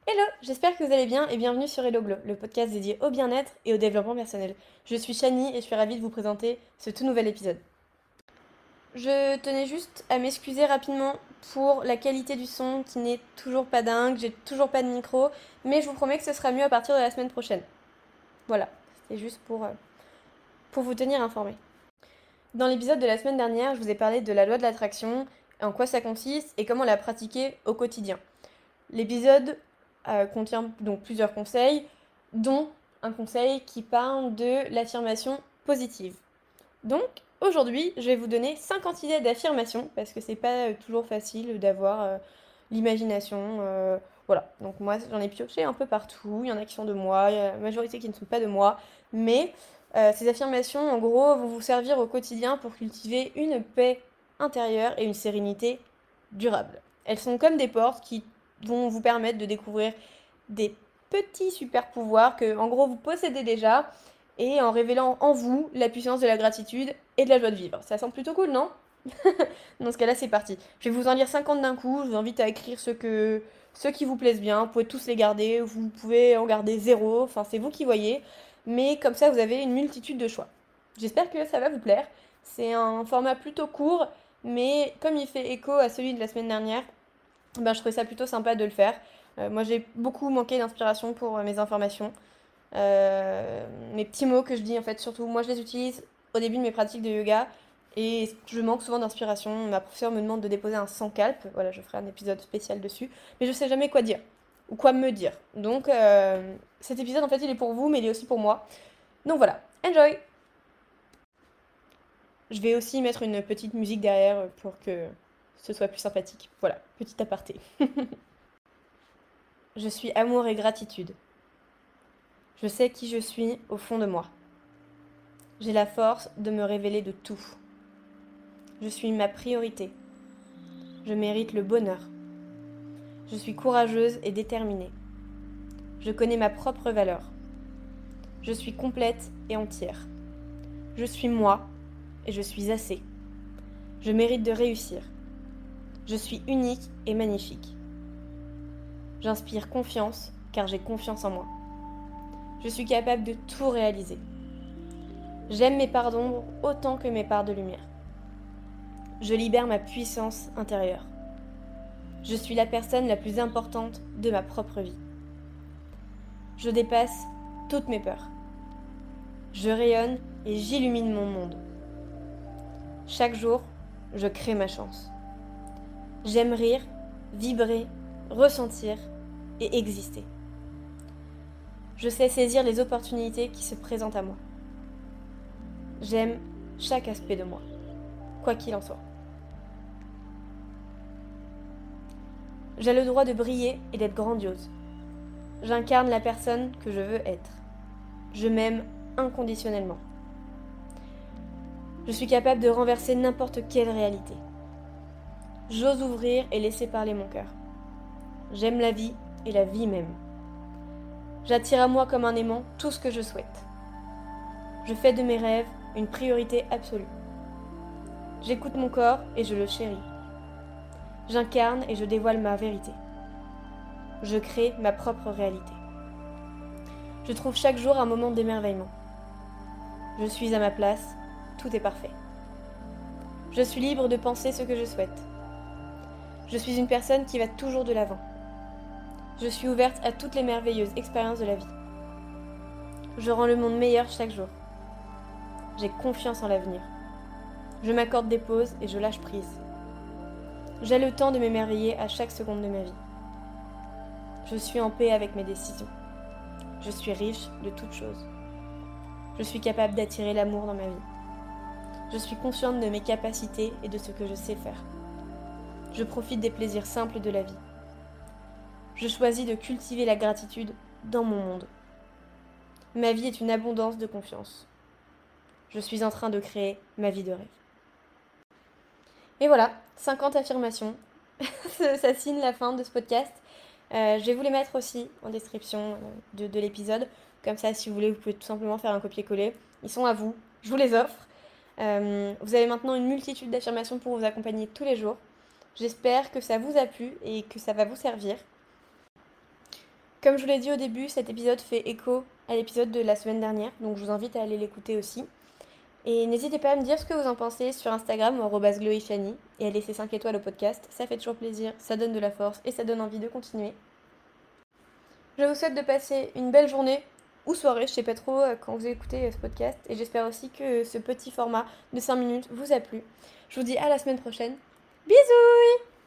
Hello, j'espère que vous allez bien et bienvenue sur Hello Glow, le podcast dédié au bien-être et au développement personnel. Je suis Shani et je suis ravie de vous présenter ce tout nouvel épisode. Je tenais juste à m'excuser rapidement pour la qualité du son qui n'est toujours pas dingue, j'ai toujours pas de micro, mais je vous promets que ce sera mieux à partir de la semaine prochaine. Voilà, c'était juste pour vous tenir informé. Dans l'épisode de la semaine dernière, je vous ai parlé de la loi de l'attraction, en quoi ça consiste et comment la pratiquer au quotidien. L'épisode contient donc plusieurs conseils, dont un conseil qui parle de l'affirmation positive. Donc, aujourd'hui, je vais vous donner 50 idées d'affirmation, parce que c'est pas toujours facile d'avoir l'imagination. Voilà, donc moi j'en ai pioché un peu partout, il y en a qui sont de moi, il y a la majorité qui ne sont pas de moi, mais ces affirmations, en gros, vont vous servir au quotidien pour cultiver une paix intérieure et une sérénité durable. Elles sont comme des portes qui vont vous permettre de découvrir des petits super pouvoirs que, en gros, vous possédez déjà et en révélant en vous la puissance de la gratitude et de la joie de vivre. Ça semble plutôt cool, non? Dans ce cas-là, c'est parti. Je vais vous en lire 50 d'un coup. Je vous invite à écrire ceux qui vous plaisent bien. Vous pouvez tous les garder. Vous pouvez en garder zéro. Enfin, c'est vous qui voyez. Mais comme ça, vous avez une multitude de choix. J'espère que ça va vous plaire. C'est un format plutôt court. Mais comme il fait écho à celui de la semaine dernière, ben, je trouvais ça plutôt sympa de le faire. Moi, j'ai beaucoup manqué d'inspiration pour mes informations. Mes petits mots que je dis, en fait, surtout, moi, je les utilise au début de mes pratiques de yoga. Et je manque souvent d'inspiration. Ma professeure me demande de déposer un sans calpe. Voilà, je ferai un épisode spécial dessus. Mais je sais jamais quoi dire. Ou quoi me dire. Donc, cet épisode, en fait, il est pour vous, mais il est aussi pour moi. Donc voilà, enjoy! Je vais aussi mettre une petite musique derrière pour que ce soit plus sympathique. Voilà, petit aparté. Je suis amour et gratitude. Je sais qui je suis au fond de moi. J'ai la force de me révéler de tout. Je suis ma priorité. Je mérite le bonheur. Je suis courageuse et déterminée. Je connais ma propre valeur. Je suis complète et entière. Je suis moi et je suis assez. Je mérite de réussir. Je suis unique et magnifique. J'inspire confiance car j'ai confiance en moi. Je suis capable de tout réaliser. J'aime mes parts d'ombre autant que mes parts de lumière. Je libère ma puissance intérieure. Je suis la personne la plus importante de ma propre vie. Je dépasse toutes mes peurs. Je rayonne et j'illumine mon monde. Chaque jour, je crée ma chance. J'aime rire, vibrer, ressentir et exister. Je sais saisir les opportunités qui se présentent à moi. J'aime chaque aspect de moi, quoi qu'il en soit. J'ai le droit de briller et d'être grandiose. J'incarne la personne que je veux être. Je m'aime inconditionnellement. Je suis capable de renverser n'importe quelle réalité. J'ose ouvrir et laisser parler mon cœur. J'aime la vie et la vie même. J'attire à moi comme un aimant tout ce que je souhaite. Je fais de mes rêves une priorité absolue. J'écoute mon corps et je le chéris. J'incarne et je dévoile ma vérité. Je crée ma propre réalité. Je trouve chaque jour un moment d'émerveillement. Je suis à ma place, tout est parfait. Je suis libre de penser ce que je souhaite. Je suis une personne qui va toujours de l'avant. Je suis ouverte à toutes les merveilleuses expériences de la vie. Je rends le monde meilleur chaque jour. J'ai confiance en l'avenir. Je m'accorde des pauses et je lâche prise. J'ai le temps de m'émerveiller à chaque seconde de ma vie. Je suis en paix avec mes décisions. Je suis riche de toutes choses. Je suis capable d'attirer l'amour dans ma vie. Je suis consciente de mes capacités et de ce que je sais faire. Je profite des plaisirs simples de la vie. Je choisis de cultiver la gratitude dans mon monde. Ma vie est une abondance de confiance. Je suis en train de créer ma vie de rêve. Et voilà, 50 affirmations. Ça signe la fin de ce podcast. Je vais vous les mettre aussi en description de l'épisode. Comme ça, si vous voulez, vous pouvez tout simplement faire un copier-coller. Ils sont à vous, je vous les offre. Vous avez maintenant une multitude d'affirmations pour vous accompagner tous les jours. J'espère que ça vous a plu et que ça va vous servir. Comme je vous l'ai dit au début, cet épisode fait écho à l'épisode de la semaine dernière, donc je vous invite à aller l'écouter aussi. Et n'hésitez pas à me dire ce que vous en pensez sur Instagram ou @gloishani et à laisser 5 étoiles au podcast, ça fait toujours plaisir, ça donne de la force et ça donne envie de continuer. Je vous souhaite de passer une belle journée ou soirée, je sais pas trop quand vous écoutez ce podcast, et j'espère aussi que ce petit format de 5 minutes vous a plu. Je vous dis à la semaine prochaine. Bisous!